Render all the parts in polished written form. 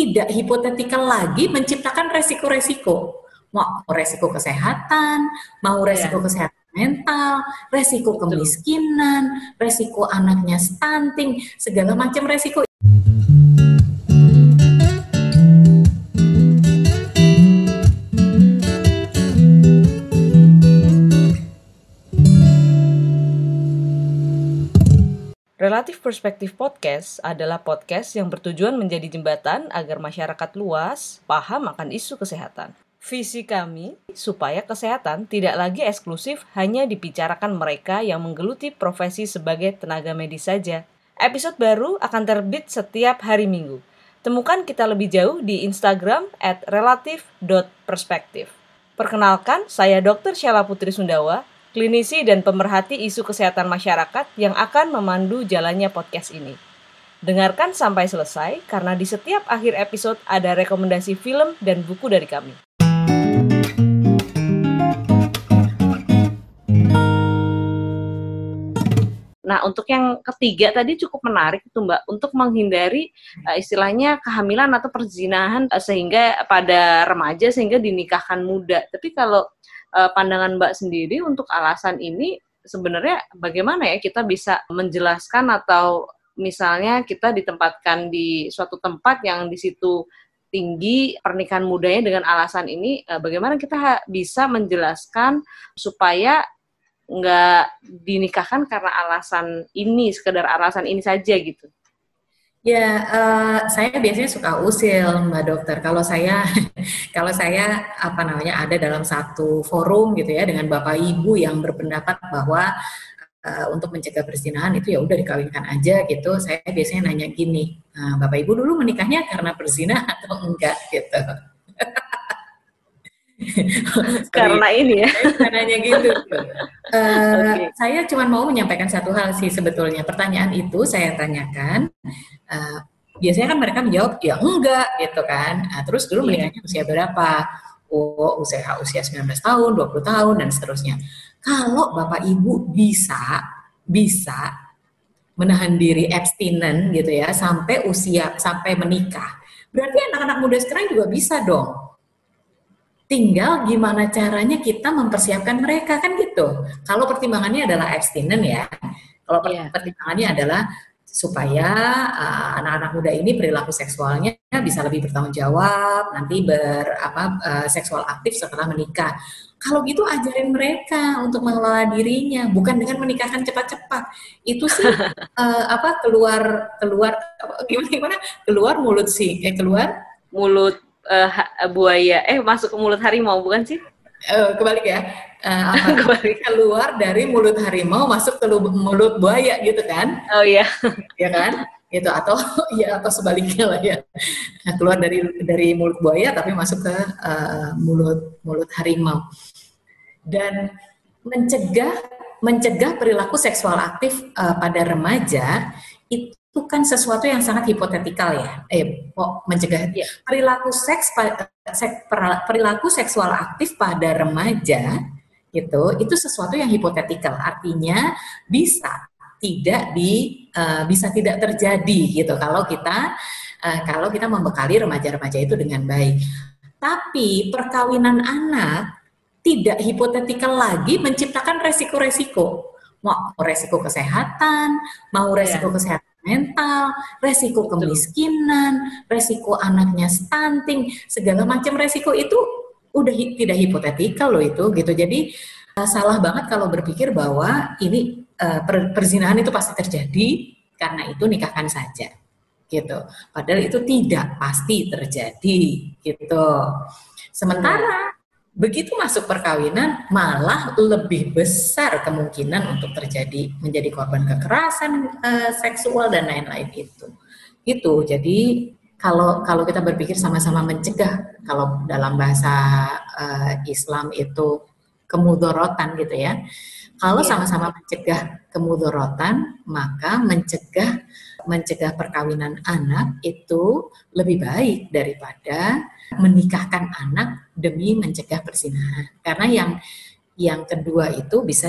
tidak hipotetikal lagi menciptakan resiko-resiko. Mau resiko kesehatan, mau resiko kesehatan mental, resiko kemiskinan, resiko anaknya stunting, segala macam resiko. Relatif Perspektif Podcast adalah podcast yang bertujuan menjadi jembatan agar masyarakat luas paham akan isu kesehatan. Visi kami supaya kesehatan tidak lagi eksklusif hanya dibicarakan mereka yang menggeluti profesi sebagai tenaga medis saja. Episode baru akan terbit setiap hari Minggu. Temukan kita lebih jauh di Instagram @relatif.perspektif. Perkenalkan, saya Dr. Sheila Putri Sundawa, klinisi dan pemerhati isu kesehatan masyarakat yang akan memandu jalannya podcast ini. Dengarkan sampai selesai, karena di setiap akhir episode ada rekomendasi film dan buku dari kami. Nah, untuk yang ketiga tadi cukup menarik itu Mbak, untuk menghindari istilahnya kehamilan atau perzinahan sehingga pada remaja sehingga dinikahkan muda. Tapi kalau pandangan Mbak sendiri untuk alasan ini sebenarnya bagaimana ya kita bisa menjelaskan, atau misalnya kita ditempatkan di suatu tempat yang di situ tinggi pernikahan mudanya dengan alasan ini, bagaimana kita bisa menjelaskan supaya nggak dinikahkan karena alasan ini, sekedar alasan ini saja gitu? Ya, saya biasanya suka usil Mbak Dokter. Kalau saya ada dalam satu forum gitu ya dengan Bapak Ibu yang berpendapat bahwa untuk mencegah perzinahan itu ya udah dikawinkan aja gitu. Saya biasanya nanya gini, Bapak Ibu dulu menikahnya karena perzinahan atau enggak gitu. Karena ini ya. Saya nanya gitu. Saya cuma mau menyampaikan satu hal sih sebetulnya. Pertanyaan itu saya tanyakan. Biasanya kan mereka menjawab ya enggak gitu kan. Terus dulu menikahnya usia berapa? Oh, usia 19 tahun, 20 tahun dan seterusnya. Kalau Bapak Ibu bisa menahan diri abstinen gitu ya sampai menikah, berarti anak-anak muda sekarang juga bisa dong. Tinggal gimana caranya kita mempersiapkan mereka kan gitu. Kalau pertimbangannya adalah abstinen ya. Kalau pertimbangannya adalah supaya anak-anak muda ini perilaku seksualnya bisa lebih bertanggung jawab, nanti seksual aktif setelah menikah. Kalau gitu ajarin mereka untuk mengelola dirinya, bukan dengan menikahkan cepat-cepat. Itu sih keluar mulut buaya, masuk ke mulut harimau, bukan sih? Kebalik ya. Keluar dari mulut harimau masuk ke mulut buaya gitu kan? Oh iya. Ya kan? Gitu, atau sebaliknya lah ya. Keluar dari mulut buaya tapi masuk ke mulut harimau. Dan mencegah perilaku seksual aktif pada remaja itu kan sesuatu yang sangat hipotetikal ya. Mencegah perilaku seksual aktif pada remaja itu sesuatu yang hipotetikal. Artinya bisa tidak terjadi gitu kalau kita membekali remaja-remaja itu dengan baik. Tapi perkawinan anak tidak hipotetikal lagi menciptakan resiko-resiko. Mau resiko kesehatan, mau resiko kesehatan mental, resiko kemiskinan, resiko anaknya stunting, segala macam resiko itu udah tidak hipotetikal loh itu gitu. Jadi salah banget kalau berpikir bahwa ini perzinahan itu pasti terjadi, karena itu nikahkan saja gitu. Padahal itu tidak pasti terjadi gitu. Sementara begitu masuk perkawinan malah lebih besar kemungkinan untuk menjadi korban kekerasan seksual dan lain-lain itu. Gitu. Jadi kalau kita berpikir sama-sama mencegah, kalau dalam bahasa Islam itu kemudorotan gitu ya. Kalau sama-sama mencegah kemudorotan, maka mencegah perkawinan anak itu lebih baik daripada menikahkan anak demi mencegah perzinahan. Karena yang kedua itu bisa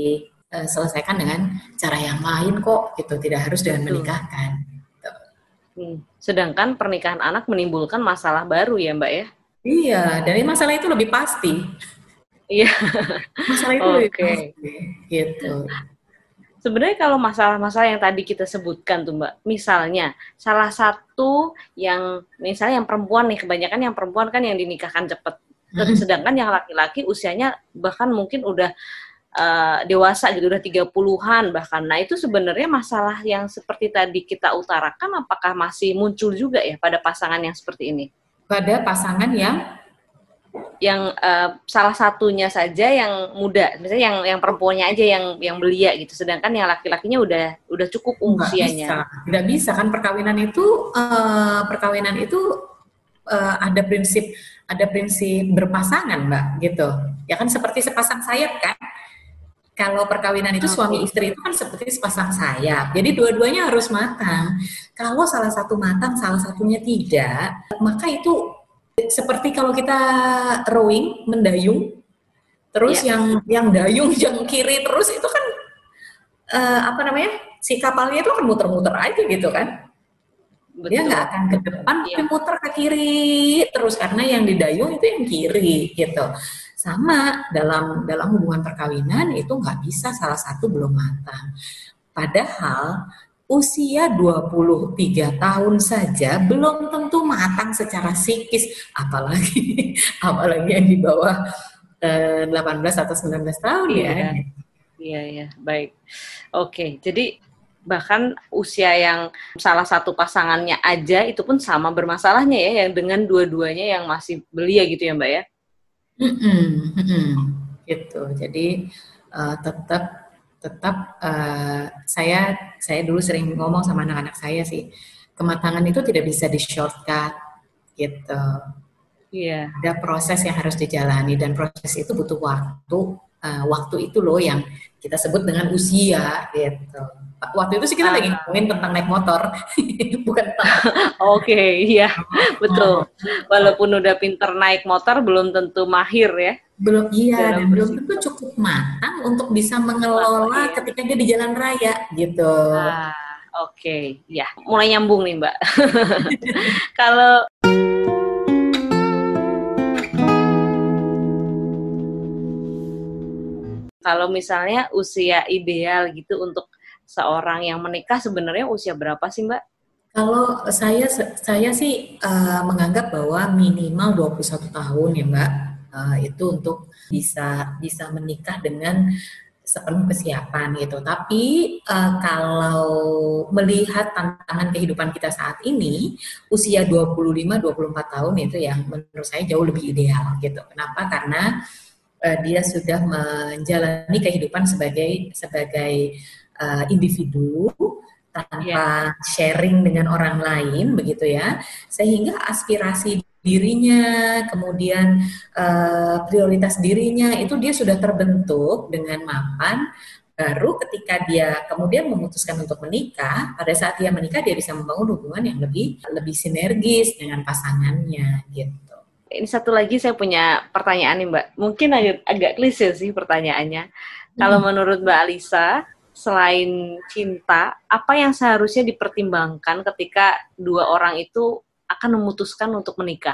diselesaikan dengan cara yang lain kok, gitu. Tidak harus dengan menikahkan. Sedangkan pernikahan anak menimbulkan masalah baru ya Mbak ya? Iya, dari masalah itu lebih pasti. Iya. Masalah itu lebih pasti, gitu. Sebenarnya kalau masalah-masalah yang tadi kita sebutkan tuh Mbak, misalnya salah satu yang misalnya yang perempuan nih, kebanyakan yang perempuan kan yang dinikahkan cepat. Sedangkan yang laki-laki usianya bahkan mungkin udah dewasa gitu, udah 30-an bahkan. Nah, itu sebenarnya masalah yang seperti tadi kita utarakan apakah masih muncul juga ya pada pasangan yang seperti ini? Pada pasangan yang salah satunya saja yang muda, misalnya yang perempuannya aja yang belia gitu, sedangkan yang laki-lakinya udah cukup usianya. Tidak bisa kan perkawinan itu ada prinsip berpasangan Mbak gitu. Ya kan seperti sepasang sayap kan. Kalau perkawinan itu suami istri itu kan seperti sepasang sayap. Jadi dua-duanya harus matang. Kalau salah satu matang, salah satunya tidak, maka itu seperti kalau kita rowing, mendayung, terus yang dayung yang kiri terus itu kan si kapalnya itu kan muter-muter aja gitu kan. Betul. Dia nggak akan ke depan, tapi muter ke kiri terus karena yang didayung itu yang kiri gitu. Sama dalam hubungan perkawinan itu nggak bisa salah satu belum matang. Padahal usia 23 tahun saja belum tentu matang secara psikis, apalagi yang di bawah 18 atau 19 tahun ya. Iya, baik. Oke, jadi bahkan usia yang salah satu pasangannya aja itu pun sama bermasalahnya ya, yang dengan dua-duanya yang masih belia gitu ya Mbak ya? Gitu. Jadi tetap saya dulu sering ngomong sama anak-anak saya sih, kematangan itu tidak bisa di shortcut gitu. Iya. Ada proses yang harus dijalani dan proses itu butuh waktu. Waktu itu loh yang kita sebut dengan usia gitu. Waktu itu sih kita lagi ngomongin tentang naik motor, bukan tentang. Oke, iya, betul. Walaupun udah pinter naik motor, belum tentu mahir ya. Belum, iya, dan belum tentu cukup matang untuk bisa mengelola ketika dia di jalan raya gitu. Oke, ya, mulai nyambung nih Mbak. Kalau misalnya usia ideal gitu untuk seorang yang menikah sebenarnya usia berapa sih Mbak? Kalau saya sih menganggap bahwa minimal 21 tahun ya Mbak, itu untuk bisa menikah dengan sepenuh kesiapan gitu. Tapi kalau melihat tantangan kehidupan kita saat ini, usia 25-24 tahun itu yang menurut saya jauh lebih ideal gitu. Kenapa? Karena dia sudah menjalani kehidupan sebagai individu tanpa sharing dengan orang lain begitu ya, sehingga aspirasi dirinya, kemudian prioritas dirinya itu dia sudah terbentuk dengan mapan. Baru ketika dia kemudian memutuskan untuk menikah, pada saat dia menikah dia bisa membangun hubungan yang lebih sinergis dengan pasangannya gitu. Ini satu lagi saya punya pertanyaan nih Mbak, mungkin agak klise sih pertanyaannya. Kalau menurut Mbak Alisa, selain cinta, apa yang seharusnya dipertimbangkan ketika dua orang itu akan memutuskan untuk menikah?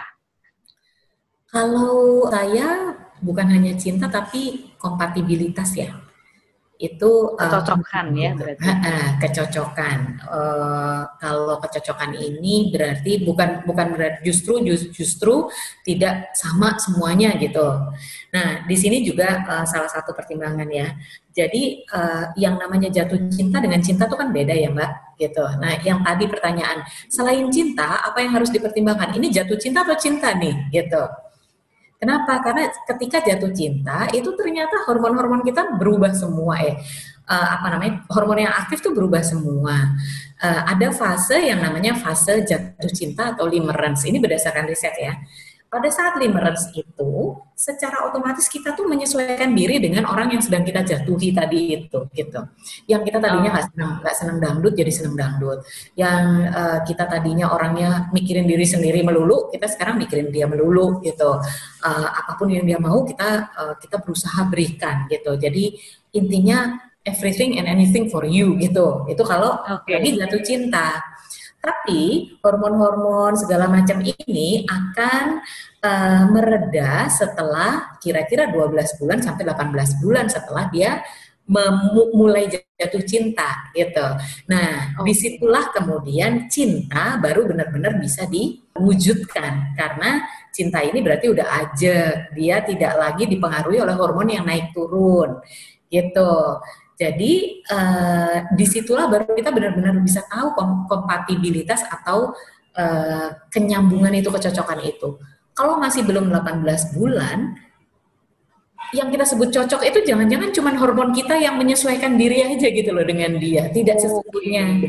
Kalau saya bukan hanya cinta tapi kompatibilitas ya. Itu kecocokan ya berarti. Kecocokan. Kalau kecocokan ini berarti bukan berarti justru tidak sama semuanya gitu. Nah, di sini juga salah satu pertimbangan ya. Jadi yang namanya jatuh cinta dengan cinta itu kan beda ya Mbak gitu. Nah, yang tadi pertanyaan, selain cinta apa yang harus dipertimbangkan? Ini jatuh cinta atau cinta nih gitu. Kenapa? Karena ketika jatuh cinta itu ternyata hormon-hormon kita berubah semua hormon yang aktif tuh berubah semua. Ada fase yang namanya fase jatuh cinta atau limerence. Ini berdasarkan riset ya. Pada saat limerence itu, secara otomatis kita tuh menyesuaikan diri dengan orang yang sedang kita jatuhi tadi itu, gitu. Yang kita tadinya nggak senang dangdut jadi senang dangdut. Yang kita tadinya orangnya mikirin diri sendiri melulu, kita sekarang mikirin dia melulu, gitu. Apapun yang dia mau kita berusaha berikan, gitu. Jadi intinya everything and anything for you, gitu. Itu kalau lagi jatuh cinta. Tapi hormon-hormon segala macam ini akan mereda setelah kira-kira 12 bulan sampai 18 bulan setelah dia mulai jatuh cinta gitu. Nah, disitulah kemudian cinta baru benar-benar bisa diwujudkan, karena cinta ini berarti udah ajak, dia tidak lagi dipengaruhi oleh hormon yang naik turun gitu. Jadi disitulah baru kita benar-benar bisa tahu kompatibilitas atau kenyambungan itu, kecocokan itu. Kalau masih belum 18 bulan, yang kita sebut cocok itu jangan-jangan cuma hormon kita yang menyesuaikan diri aja gitu loh dengan dia. Tidak sesungguhnya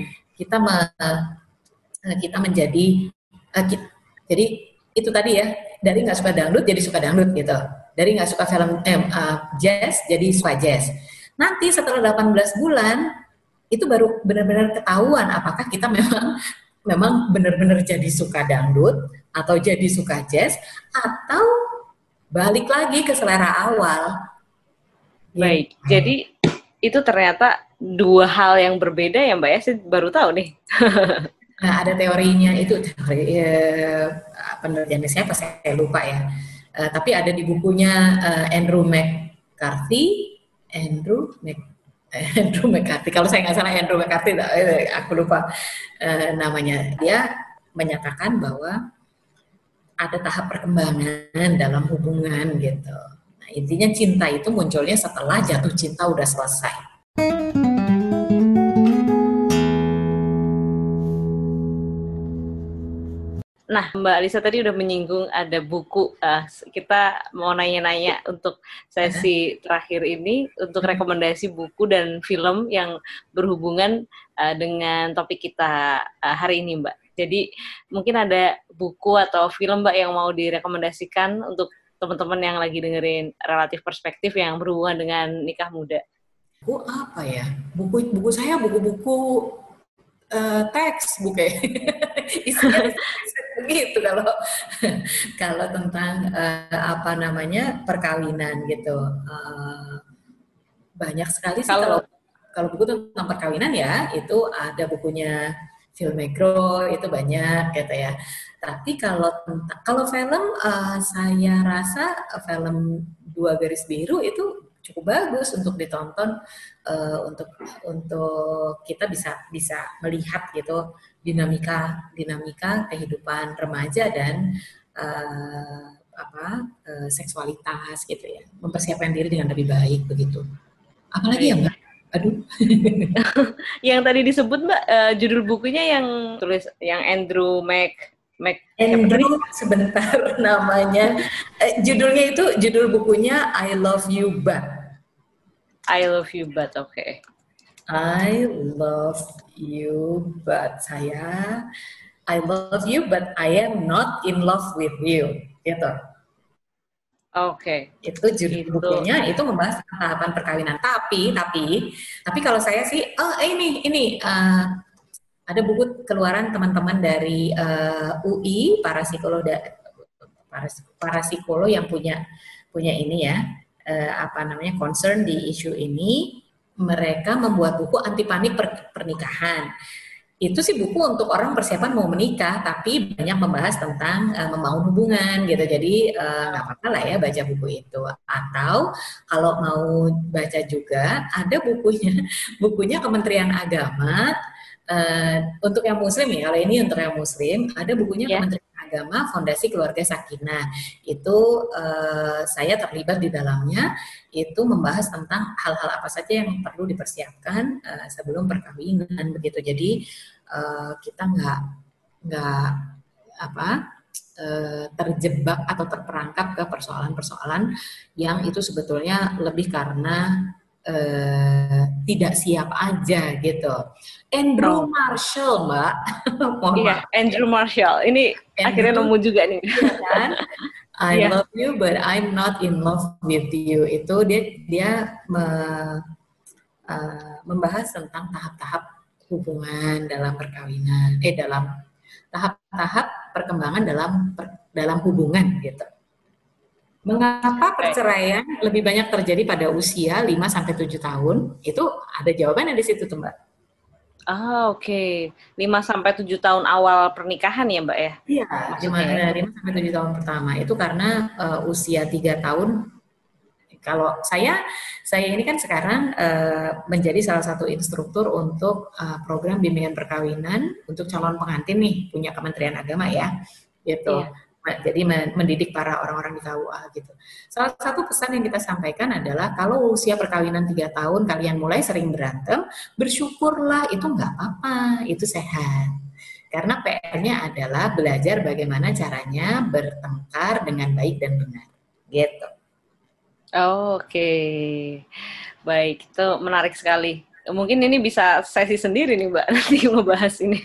kita menjadi jadi itu tadi ya, dari nggak suka dangdut jadi suka dangdut gitu. Dari nggak suka film jazz jadi suka jazz. Nanti setelah 18 bulan itu baru benar-benar ketahuan apakah kita memang benar-benar jadi suka dangdut atau jadi suka jazz atau balik lagi ke selera awal. Baik, jadi itu ternyata dua hal yang berbeda ya Mbak ya, saya baru tahu nih. Nah, ada teorinya itu, teori penelitiannya siapa saya lupa ya. Tapi ada di bukunya Andrew McCarthy. Kalau saya nggak salah Andrew McCarthy, aku lupa namanya. Dia menyatakan bahwa ada tahap perkembangan dalam hubungan gitu. Nah, intinya cinta itu munculnya setelah jatuh cinta udah selesai. Nah, Mbak Alisa tadi udah menyinggung ada buku. Kita mau nanya-nanya untuk sesi terakhir ini, untuk rekomendasi buku dan film yang berhubungan dengan topik kita hari ini, Mbak. Jadi mungkin ada buku atau film Mbak yang mau direkomendasikan untuk teman-teman yang lagi dengerin Relatif Perspektif yang berhubungan dengan nikah muda. Buku apa ya? Buku saya buku-buku textbook ya. Isinya begitu kalau tentang perkawinan gitu. Banyak sekali sih kalau buku tentang perkawinan ya, itu ada bukunya Phil McGraw, itu banyak gitu ya. Tapi kalau film, saya rasa film Dua Garis Biru itu cukup bagus untuk ditonton, untuk kita bisa melihat gitu dinamika kehidupan remaja dan seksualitas gitu ya, mempersiapkan diri dengan lebih baik begitu. Apalagi ya Mbak? Aduh. Yang tadi disebut Mbak, judul bukunya yang tulis yang Andrew sebentar namanya. Judul bukunya I Love You But. I Love You But, okay. I love you but I love you but I am not in love with you gitu. Oke. Itu judul bukunya, itu membahas tahapan perkawinan. Tapi kalau saya sih, ini ada buku keluaran teman-teman dari UI, para psikolog yang punya ini ya, concern di isu ini. Mereka membuat buku anti panik pernikahan. Itu sih buku untuk orang persiapan mau menikah, tapi banyak membahas tentang membangun hubungan gitu. Jadi nggak apa-apa lah ya baca buku itu. Atau kalau mau baca juga ada bukunya Kementerian Agama untuk yang Muslim ya. Kalau ini untuk yang Muslim, ada bukunya Kementerian Agama Fondasi Keluarga Sakinah. Itu saya terlibat di dalamnya. Itu membahas tentang hal-hal apa saja yang perlu dipersiapkan sebelum perkawinan begitu. Jadi kita nggak terjebak atau terperangkap ke persoalan-persoalan yang itu sebetulnya lebih karena tidak siap aja gitu. Andrew Marshall, Mbak. Iya, Andrew Marshall. Ini akhirnya nemu juga nih. Kan? I love you but I'm not in love with you. Itu dia membahas tentang tahap-tahap hubungan dalam perkawinan, dalam tahap-tahap perkembangan dalam hubungan gitu. Mengapa perceraian lebih banyak terjadi pada usia 5-7 tahun? Itu ada jawabannya di situ tuh Mbak. Oke. 5-7 tahun awal pernikahan ya, Mbak ya? Iya, Maksudnya. 5-7 tahun pertama itu karena usia 3 tahun. Kalau saya ini kan sekarang menjadi salah satu instruktur untuk program bimbingan perkawinan untuk calon pengantin nih, punya Kementerian Agama ya, gitu. Iya. Jadi mendidik para orang-orang di KUA gitu. Salah satu pesan yang kita sampaikan adalah kalau usia perkawinan 3 tahun kalian mulai sering berantem, bersyukurlah, itu nggak apa-apa, itu sehat. Karena PR-nya adalah belajar bagaimana caranya bertengkar dengan baik dan benar. Gitu. Oke. Baik, itu menarik sekali. Mungkin ini bisa sesi sendiri nih, Mbak, nanti ngebahas ini.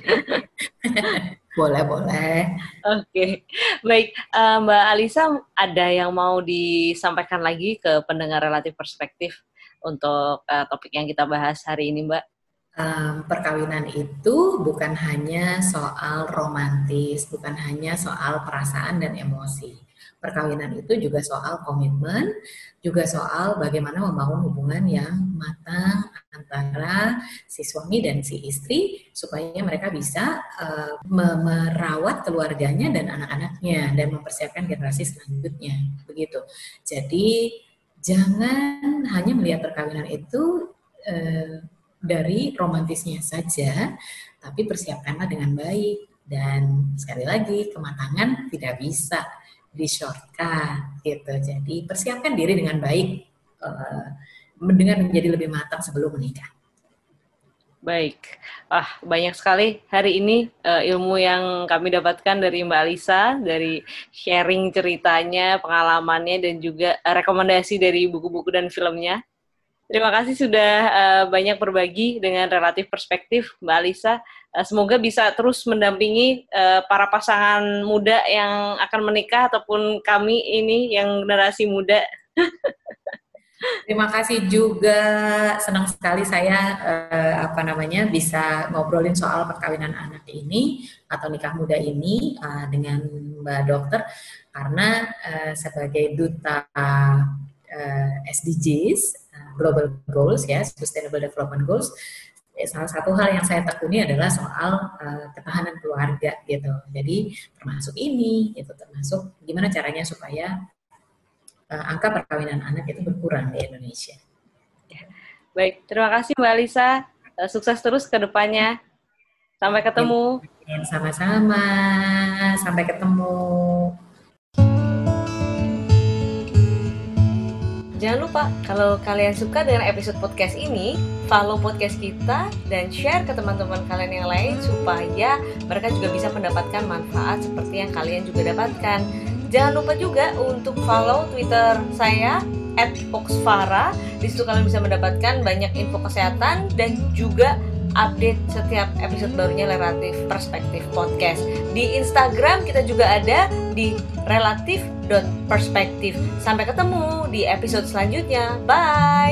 Boleh. Oke, baik. Mbak Alisa, ada yang mau disampaikan lagi ke pendengar Relatif Perspektif untuk topik yang kita bahas hari ini, Mbak? Perkawinan itu bukan hanya soal romantis, bukan hanya soal perasaan dan emosi. Perkawinan itu juga soal komitmen, juga soal bagaimana membangun hubungan yang matang antara si suami dan si istri supaya mereka bisa merawat keluarganya dan anak-anaknya dan mempersiapkan generasi selanjutnya. Begitu. Jadi jangan hanya melihat perkawinan itu dari romantisnya saja, tapi persiapkanlah dengan baik. Dan sekali lagi, kematangan tidak bisa di shortcut gitu. Jadi persiapkan diri dengan baik, dengan menjadi lebih matang sebelum menikah. Baik, banyak sekali hari ini ilmu yang kami dapatkan dari Mbak Alisa, dari sharing ceritanya, pengalamannya, dan juga rekomendasi dari buku-buku dan filmnya. Terima kasih sudah banyak berbagi dengan Relatif Perspektif, Mbak Alisa. Semoga bisa terus mendampingi para pasangan muda yang akan menikah ataupun kami ini yang generasi muda. Terima kasih juga, senang sekali saya bisa ngobrolin soal perkawinan anak ini atau nikah muda ini dengan Mbak Dokter, karena sebagai duta SDGs, Global Goals ya, Sustainable Development Goals, salah satu hal yang saya tekuni adalah soal ketahanan keluarga gitu. Jadi termasuk ini, itu termasuk gimana caranya supaya angka perkawinan anak itu berkurang di Indonesia. Baik, terima kasih Mbak Alisa. Sukses terus ke depannya. Sampai ketemu. Sama-sama. Sampai ketemu. Jangan lupa, kalau kalian suka dengan episode podcast ini, follow podcast kita dan share ke teman-teman kalian yang lain supaya mereka juga bisa mendapatkan manfaat seperti yang kalian juga dapatkan. Jangan lupa juga untuk follow Twitter saya @oxfara. Di situ kalian bisa mendapatkan banyak info kesehatan dan juga update setiap episode barunya Relatif Perspektif Podcast. Di Instagram kita juga ada di relatif.perspektif. Sampai ketemu di episode selanjutnya. Bye!